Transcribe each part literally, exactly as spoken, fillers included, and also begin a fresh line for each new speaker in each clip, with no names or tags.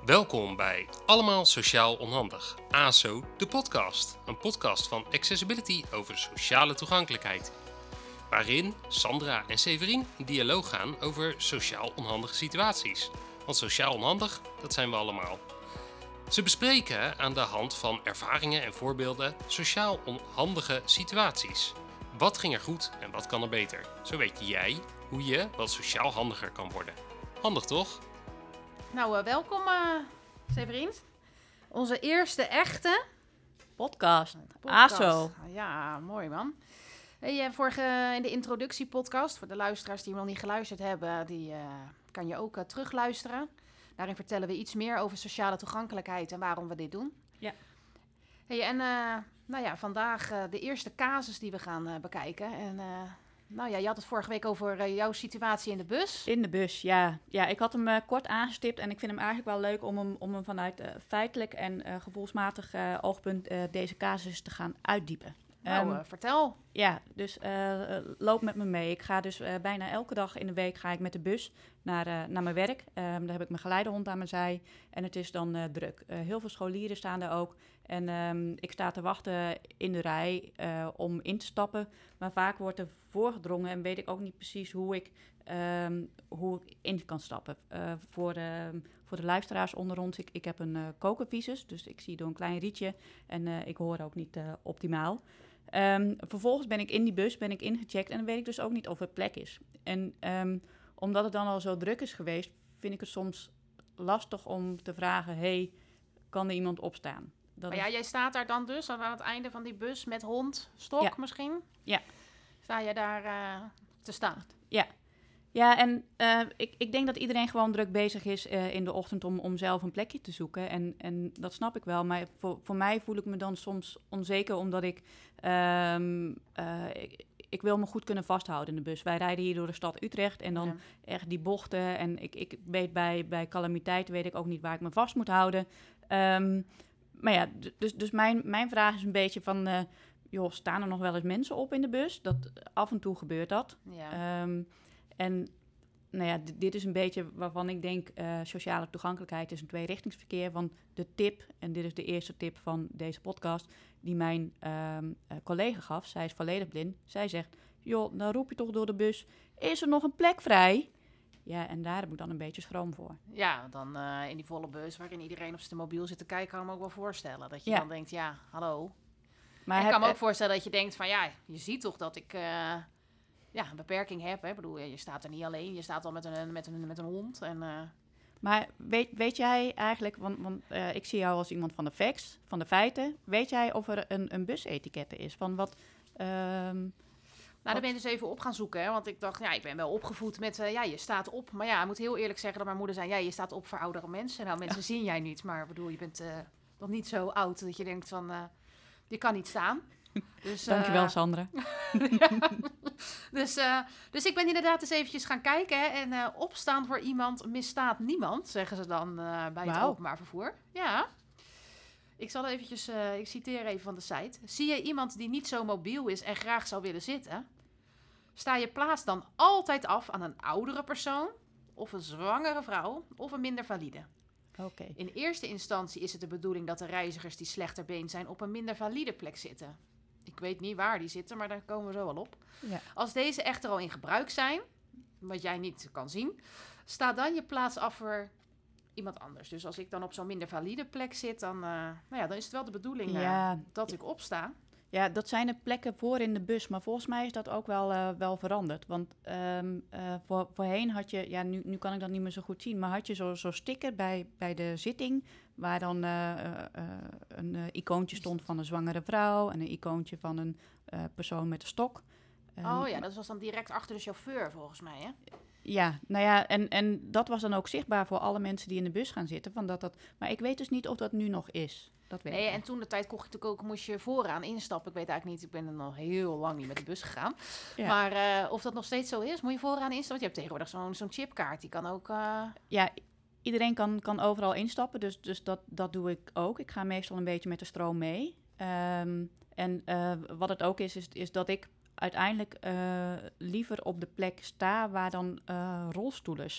Welkom bij Allemaal Sociaal Onhandig, A S O, de podcast. Een podcast van Accessibility over sociale toegankelijkheid. Waarin Sandra en Severien in dialoog gaan over sociaal onhandige situaties. Want sociaal onhandig, dat zijn we allemaal. Ze bespreken aan de hand van ervaringen en voorbeelden sociaal onhandige situaties. Wat ging er goed en wat kan er beter? Zo weet jij hoe je wat sociaal handiger kan worden. Handig toch?
Nou, uh, welkom uh, Severien. Onze eerste echte
Podcast.
podcast.
A S O.
Ja, mooi man. Hey, uh, vorige, in de introductiepodcast, voor de luisteraars die nog niet geluisterd hebben, die uh, kan je ook uh, terugluisteren. Daarin vertellen we iets meer over sociale toegankelijkheid en waarom we dit doen.
Ja.
Hey, en uh, nou ja, vandaag uh, de eerste casus die we gaan uh, bekijken. En uh, nou ja, je had het vorige week over uh, jouw situatie in de bus.
In de bus, ja. Ja, ik had hem uh, kort aangestipt en ik vind hem eigenlijk wel leuk om hem, om hem vanuit uh, feitelijk en uh, gevoelsmatig uh, oogpunt uh, deze casus te gaan uitdiepen.
Nou,
Um,
uh, vertel.
Ja, dus uh, loop met me mee. Ik ga dus uh, bijna elke dag in de week ga ik met de bus naar, uh, naar mijn werk. Um, daar heb ik mijn geleidehond aan mijn zij en het is dan uh, druk. Uh, heel veel scholieren staan daar ook. En um, ik sta te wachten in de rij uh, om in te stappen. Maar vaak wordt er voorgedrongen en weet ik ook niet precies hoe ik, um, hoe ik in kan stappen. Uh, voor, uh, voor de luisteraars onder ons, ik, ik heb een uh, kokervisus, dus ik zie door een klein rietje en uh, ik hoor ook niet uh, optimaal. Um, vervolgens ben ik in die bus, ben ik ingecheckt en dan weet ik dus ook niet of er plek is. En um, omdat het dan al zo druk is geweest, vind ik het soms lastig om te vragen, hey, kan er iemand opstaan? Dat
Maar ja,
is...
jij staat daar dan dus aan het einde van die bus met hond, stok
Ja.
misschien?
Ja.
Sta je daar uh, te staan?
Ja. Ja, en uh, ik, ik denk dat iedereen gewoon druk bezig is uh, in de ochtend om, om zelf een plekje te zoeken. En, en dat snap ik wel. Maar voor, voor mij voel ik me dan soms onzeker, omdat ik, um, uh, ik... Ik wil me goed kunnen vasthouden in de bus. Wij rijden hier door de stad Utrecht en dan
Ja.
echt die bochten. En ik, ik weet bij, bij calamiteit weet ik ook niet waar ik me vast moet houden. Um, maar ja, d- dus, dus mijn, mijn vraag is een beetje van... Uh, joh, staan er nog wel eens mensen op in de bus? Dat, af en toe gebeurt dat.
Ja.
Um, en nou ja, d- dit is een beetje waarvan ik denk... Uh, sociale toegankelijkheid is een tweerichtingsverkeer. Want de tip, en dit is de eerste tip van deze podcast... die mijn um, uh, collega gaf, zij is volledig blind. Zij zegt, joh, dan roep je toch door de bus... is er nog een plek vrij? Ja, en daar heb ik dan een beetje schroom voor.
Ja, dan uh, in die volle bus waarin iedereen op zijn mobiel zit te kijken... kan ik me ook wel voorstellen. Dat je
Ja.
dan denkt, ja, hallo.
Maar
ik
heb,
kan me ook
heb,
voorstellen dat je denkt van... ja, je ziet toch dat ik uh, ja, een beperking heb. Hè? Ik bedoel, je staat er niet alleen. Je staat al met een, met een, met een hond. En, uh...
Maar weet, weet jij eigenlijk, want, want uh, ik zie jou als iemand van de facts, van de feiten. Weet jij of er een, een busetikette is? Van wat... Um,
Nou, daar ben ik dus even op gaan zoeken. Hè? Want ik dacht, ja, ik ben wel opgevoed met... Uh, ja, je staat op. Maar ja, ik moet heel eerlijk zeggen dat mijn moeder zei... ja, je staat op voor oudere mensen. Nou, mensen zien jij niet. Maar ik bedoel, je bent uh, nog niet zo oud dat je denkt van... Uh, je kan niet staan. Dus, uh,
Dankjewel, Sandra.
ja. dus, uh, dus ik ben inderdaad eens eventjes gaan kijken. Hè? En uh, opstaan voor iemand misstaat niemand, zeggen ze dan uh, bij het
Wauw.
openbaar vervoer. Ja. Ik zal eventjes, uh, ik citeer even van de site. Zie je iemand die niet zo mobiel is en graag zou willen zitten... sta je plaats dan altijd af aan een oudere persoon... of een zwangere vrouw of een minder valide.
Okay.
In eerste instantie is het de bedoeling dat de reizigers die slechter been zijn... op een minder valide plek zitten. Ik weet niet waar die zitten, maar daar komen we zo wel op.
Ja.
Als deze echter al in gebruik zijn, wat jij niet kan zien... sta dan je plaats af voor iemand anders. Dus als ik dan op zo'n minder valide plek zit... dan, uh, nou ja, dan is het wel de bedoeling uh,
Ja.
dat ik opsta.
Ja, dat zijn de plekken voor in de bus. Maar volgens mij is dat ook wel, uh, wel veranderd. Want um, uh, voor, voorheen had je... Ja, nu, nu kan ik dat niet meer zo goed zien. Maar had je zo'n zo sticker bij, bij de zitting... waar dan uh, uh, uh, een uh, icoontje stond van een zwangere vrouw... en een icoontje van een uh, persoon met een stok.
Um, oh ja, dat was dan direct achter de chauffeur volgens mij, hè?
Ja, nou ja, en, en dat was dan ook zichtbaar voor alle mensen die in de bus gaan zitten. Van dat dat, maar ik weet dus niet of dat nu nog is. Dat weet
nee,
ik
en toen de tijd kocht ik natuurlijk ook, moest je vooraan instappen. Ik weet eigenlijk niet, ik ben er nog heel lang niet met de bus gegaan. Ja. Maar uh, of dat nog steeds zo is, moet je vooraan instappen. Je hebt tegenwoordig zo'n, zo'n chipkaart, die kan ook... Uh...
Ja, iedereen kan, kan overal instappen, dus, dus dat, dat doe ik ook. Ik ga meestal een beetje met de stroom mee. Um, en uh, wat het ook is, is, is dat ik uiteindelijk uh, liever op de plek sta waar dan uh, rolstoelers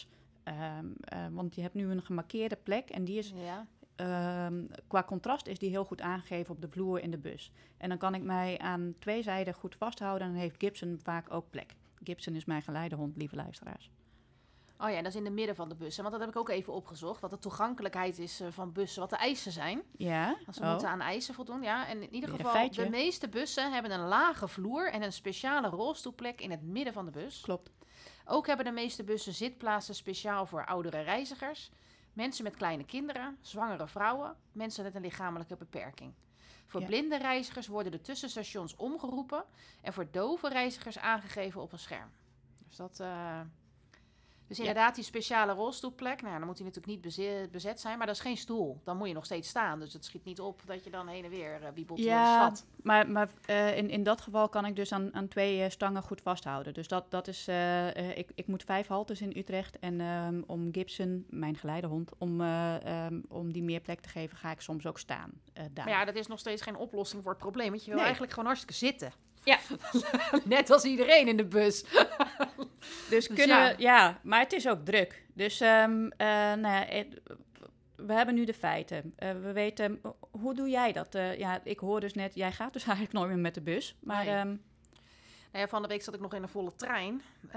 Um, uh, want je hebt nu een gemarkeerde plek en die is...
Ja.
Um, qua contrast is die heel goed aangegeven op de vloer in de bus. En dan kan ik mij aan twee zijden goed vasthouden en dan heeft Gibson vaak ook plek. Gibson is mijn geleidehond, lieve luisteraars.
Oh ja, dat is in het midden van de bus. Want dat heb ik ook even opgezocht. Wat de toegankelijkheid is uh, van bussen. Wat de eisen zijn.
Ja.
Als ze
oh.
moeten aan eisen voldoen. Ja. En in ieder
Weer een
geval,
feitje.
de meeste bussen hebben een lage vloer en een speciale rolstoelplek in het midden van de bus.
Klopt.
Ook hebben de meeste bussen zitplaatsen speciaal voor oudere reizigers, mensen met kleine kinderen, zwangere vrouwen, mensen met een lichamelijke beperking. Voor
Ja.
blinde reizigers worden de tussenstations omgeroepen en voor dove reizigers aangegeven op een scherm. Dus dat... Uh... Dus inderdaad, die speciale rolstoelplek, nou, dan moet die natuurlijk niet beze- bezet zijn, maar dat is geen stoel. Dan moet je nog steeds staan, dus het schiet niet op dat je dan heen en weer uh, wiebelt door de
Ja,
stad.
maar, maar uh, in, in dat geval kan ik dus aan, aan twee uh, stangen goed vasthouden. Dus dat, dat is, uh, uh, ik, ik moet vijf haltes in Utrecht en um, om Gibson, mijn geleidehond, om, uh, um, om die meer plek te geven, ga ik soms ook staan. Uh, daar.
Maar ja, dat is nog steeds geen oplossing voor het probleem, want je wil
Nee.
eigenlijk gewoon hartstikke zitten.
Ja.
Net als iedereen in de bus.
Dus,
Dus
kunnen
ja.
we, ja, maar het is ook druk. Dus um, uh, nou ja, het, we hebben nu de feiten. Uh, we weten, hoe doe jij dat? Uh, ja, ik hoor dus net, jij gaat dus eigenlijk nooit meer met de bus. Maar
Nee.
um,
Nou ja, van de week zat ik nog in een volle trein. Uh,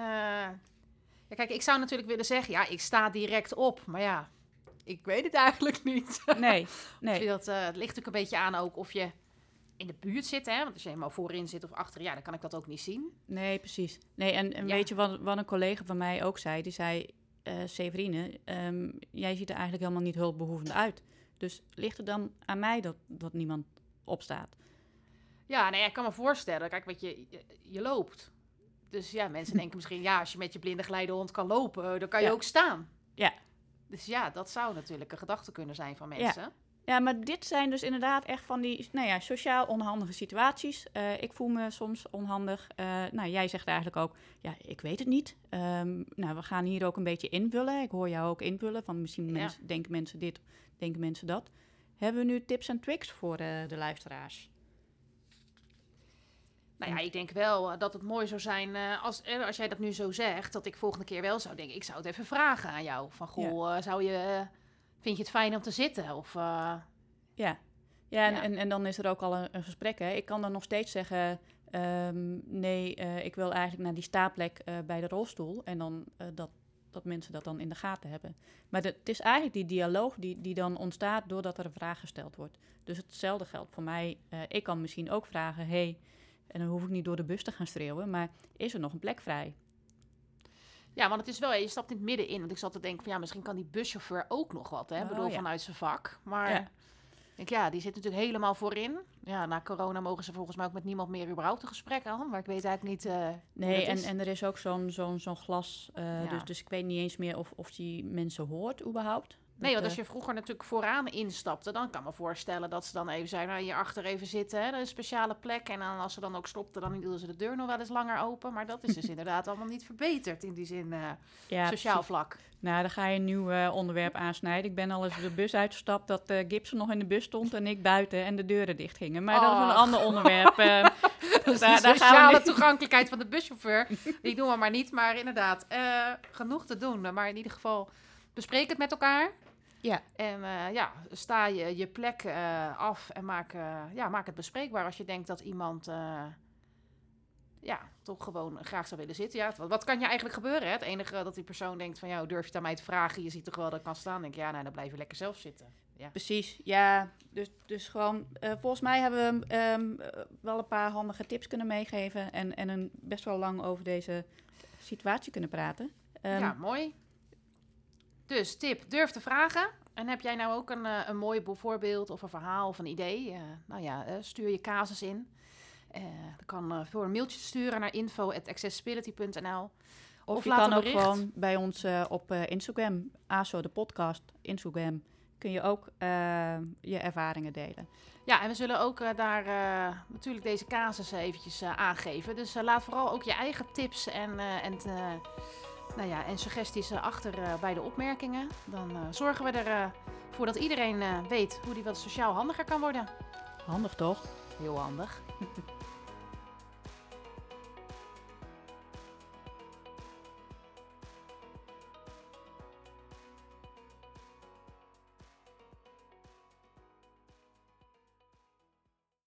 ja, kijk, ik zou natuurlijk willen zeggen, ja, ik sta direct op. Maar ja, ik weet het eigenlijk niet.
nee,
Of
nee.
je dat, uh, het ligt natuurlijk een beetje aan ook of je in de buurt zit, hè? Want als je helemaal voorin zit of achter, ja, dan kan ik dat ook niet zien.
Nee, precies. Nee, en, en
Ja.
weet je wat, wat een collega van mij ook zei? Die zei, uh, Severine, um, jij ziet er eigenlijk helemaal niet hulpbehoevend uit. Dus ligt het dan aan mij dat, dat niemand opstaat?
Ja, nee, ik kan me voorstellen. Kijk, wat je, je, je loopt. Dus ja, mensen denken misschien, ja, als je met je blinde geleidehond kan lopen, dan kan je
Ja.
ook staan.
Ja.
Dus ja, dat zou natuurlijk een gedachte kunnen zijn van mensen. Ja.
Ja, maar dit zijn dus inderdaad echt van die, nou ja, sociaal onhandige situaties. Uh, ik voel me soms onhandig. Uh, nou, jij zegt eigenlijk ook, ja, ik weet het niet. Um, nou, we gaan hier ook een beetje invullen. Ik hoor jou ook invullen, van misschien
Ja.
mensen, denken mensen dit, denken mensen dat. Hebben we nu tips en tricks voor uh, de luisteraars?
Nou ja, ik denk wel dat het mooi zou zijn, uh, als, uh, als jij dat nu zo zegt, dat ik volgende keer wel zou denken, ik zou het even vragen aan jou. Van, goh, uh, zou je, uh, vind je het fijn om te zitten? Of, uh,
Ja, ja, en,
Ja.
En, en dan is er ook al een, een gesprek. Hè. Ik kan dan nog steeds zeggen, um, nee, uh, ik wil eigenlijk naar die staplek uh, bij de rolstoel. En dan uh, dat, dat mensen dat dan in de gaten hebben. Maar de, het is eigenlijk die dialoog die, die dan ontstaat doordat er een vraag gesteld wordt. Dus hetzelfde geldt voor mij. Uh, ik kan misschien ook vragen, hey, en dan hoef ik niet door de bus te gaan schreeuwen, maar is er nog een plek vrij?
ja, want het is wel, je stapt in het midden in. Want ik zat te denken van, ja, misschien kan die buschauffeur ook nog wat, hè? Ik
Oh,
bedoel,
ja.
vanuit zijn vak. Maar
Ja.
ik denk, ja, die zit natuurlijk helemaal voorin. Ja, na corona mogen ze volgens mij ook met niemand meer überhaupt een gesprek aan. Maar ik weet eigenlijk niet uh, hoe
Nee,
dat
en,
is.
en er is ook zo'n zo'n zo'n glas, uh,
Ja.
dus, dus ik weet niet eens meer of, of die mensen hoort überhaupt.
Nee,
Dat,
want als
uh,
je vroeger natuurlijk vooraan instapte, dan kan ik me voorstellen dat ze dan even zeiden, nou, hierachter even zitten, hè, dat is een speciale plek. En dan, als ze dan ook stopten, dan hielden ze de deur nog wel eens langer open. Maar dat is dus inderdaad allemaal niet verbeterd in die zin, uh,
ja,
sociaal
precies.
vlak.
Nou, dan ga je een nieuw uh, onderwerp aansnijden. Ik ben al eens de bus uitgestapt dat uh, Gibson nog in de bus stond en ik buiten en de deuren dicht gingen. Maar dat is een
Och.
ander onderwerp. Uh,
Dus
daar-
de
daar gaan we
sociale
niet-
toegankelijkheid van de buschauffeur, die doen we maar niet. Maar inderdaad, uh, genoeg te doen. Maar in ieder geval, bespreek het met elkaar.
Ja.
En uh, ja, sta je je plek uh, af en maak, uh, ja, maak het bespreekbaar als je denkt dat iemand uh, ja, toch gewoon graag zou willen zitten. Ja, wat, wat kan je eigenlijk gebeuren? Hè? Het enige dat die persoon denkt van, ja, durf je het aan mij te vragen? Je ziet toch wel dat ik kan staan. Dan denk ik, ja, nou, dan blijf je lekker zelf zitten. Ja.
Precies, ja. Dus, dus gewoon, uh, volgens mij hebben we um, uh, wel een paar handige tips kunnen meegeven en, en een best wel lang over deze situatie kunnen praten. Um,
Ja, mooi. Dus tip, durf te vragen. En heb jij nou ook een, uh, een mooi voorbeeld of een verhaal of een idee? Uh, nou ja, uh, stuur je casus in. Uh, dat kan uh, voor een mailtje sturen naar info at accessibility punt n l.
Of,
Of
je
laat
kan
een
ook
bericht.
gewoon bij ons uh, op uh, Instagram, A S O de podcast, Instagram, kun je ook uh, je ervaringen delen.
Ja, en we zullen ook uh, daar uh, natuurlijk deze casus eventjes uh, aangeven. Dus uh, laat vooral ook je eigen tips en, uh, en, uh, nou ja, en suggesties uh, achter uh, bij de opmerkingen. Dan uh, zorgen we ervoor uh, dat iedereen uh, weet hoe die wat sociaal handiger kan worden.
Handig toch?
Heel handig.